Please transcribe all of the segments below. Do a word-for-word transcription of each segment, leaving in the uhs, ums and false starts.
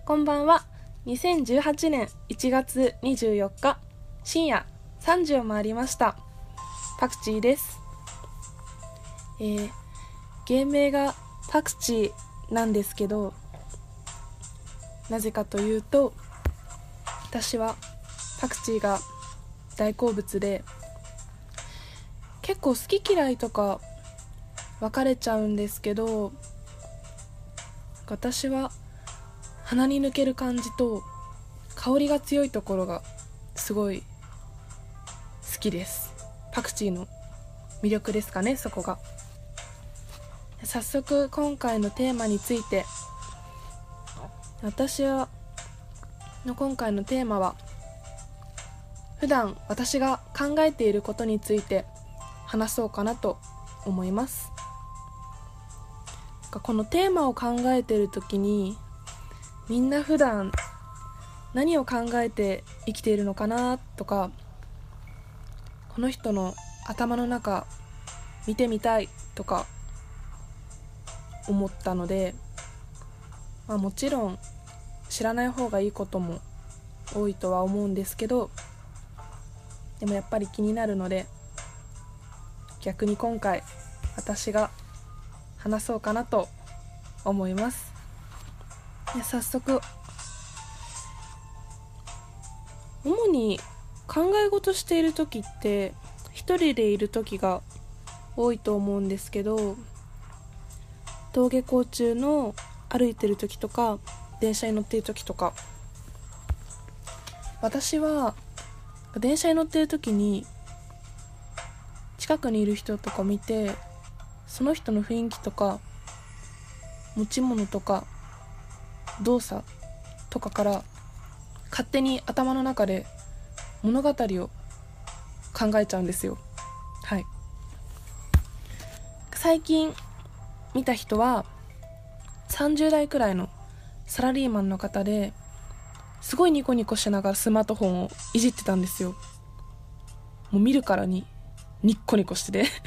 こんばんは。にせんじゅうはちねんいちがつにじゅうよっか深夜さんじを回りました。パクチーです。えー、芸名がパクチーなんですけど、なぜかというと、私はパクチーが大好物で、結構好き嫌いとか分かれちゃうんですけど、私は鼻に抜ける感じと香りが強いところがすごい好きです。パクチーの魅力ですかね、そこが。早速今回のテーマについて、私はの今回のテーマは、普段私が考えていることについて話そうかなと思います。このテーマを考えているときに、みんな普段何を考えて生きているのかなとか、この人の頭の中見てみたいとか思ったので、まあ、もちろん知らない方がいいことも多いとは思うんですけど、でもやっぱり気になるので、逆に今回私が話そうかなと思います。で、早速、主に考え事している時って一人でいる時が多いと思うんですけど、登下校中の歩いてる時とか電車に乗っている時とか、私は電車に乗っている時に近くにいる人とか見て、その人の雰囲気とか持ち物とか動作とかから勝手に頭の中で物語を考えちゃうんですよ。はい。最近見た人はさんじゅうだいくらいのサラリーマンの方で、すごいニコニコしながらスマートフォンをいじってたんですよ。もう見るからにニッコニコしてて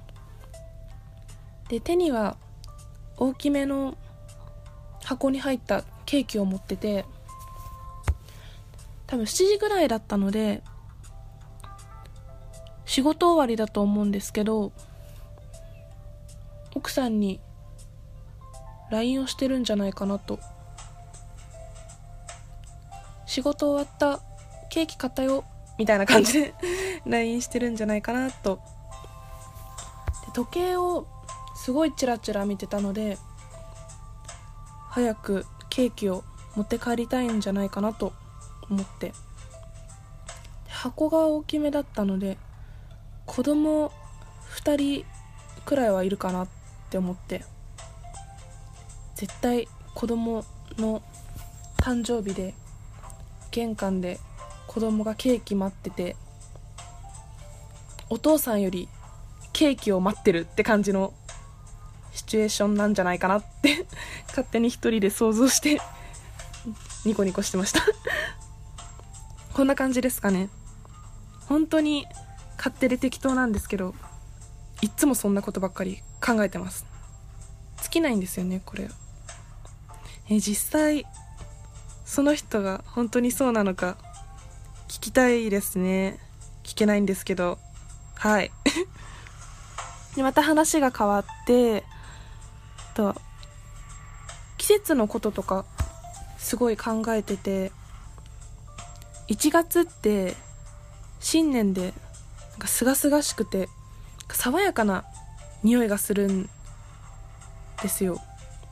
で、手には大きめの箱に入ったケーキを持ってて、多分しちじぐらいだったので仕事終わりだと思うんですけど、奥さんに ライン をしてるんじゃないかなと。仕事終わった、ケーキ買ったよみたいな感じでライン してるんじゃないかなと。で、時計をすごいチラチラ見てたので、早くケーキを持って帰りたいんじゃないかなと思って、箱が大きめだったので子供ふたりくらいはいるかなって思って、絶対子供の誕生日で玄関で子供がケーキ待ってて、お父さんよりケーキを待ってるって感じのシチュエーションなんじゃないかなって勝手に一人で想像してニコニコしてましたこんな感じですかね。本当に勝手で適当なんですけど、いっつもそんなことばっかり考えてます。尽きないんですよね、これ。え実際その人が本当にそうなのか聞きたいですね。聞けないんですけど、はいで、また話が変わって、と季節のこととかすごい考えてて、いちがつって新年でなんかすがすがしくて爽やかな匂いがするんですよ。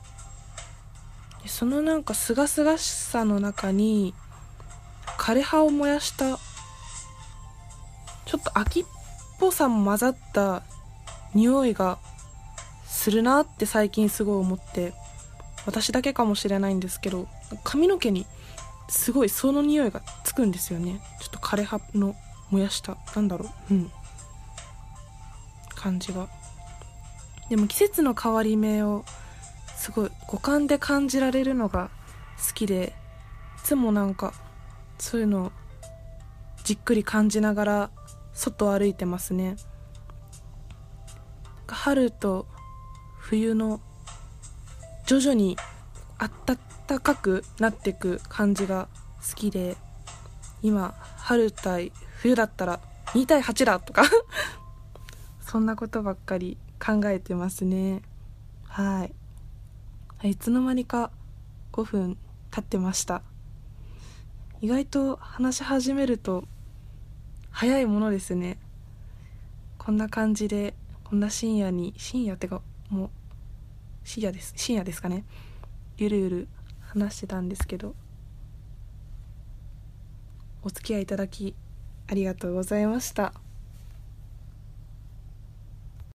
そのなんかすがすがしさの中に枯葉を燃やしたちょっと秋っぽさも混ざった匂いがするなって最近すごい思って、私だけかもしれないんですけど、髪の毛にすごいその匂いがつくんですよね。ちょっと枯葉の燃やしたなんだろううん感じが。でも季節の変わり目をすごい五感で感じられるのが好きで、いつもなんかそういうのをじっくり感じながら外を歩いてますね。春と冬の徐々に温暖かくなってく感じが好きで、今春対冬だったらに対はちだとかそんなことばっかり考えてますね。はいいつの間にかごふん経ってました。意外と話し始めると早いものですね。こんな感じで、こんな深夜に、深夜ってかもう深夜です深夜ですかね、ゆるゆる話してたんですけど、お付き合いいただきありがとうございました。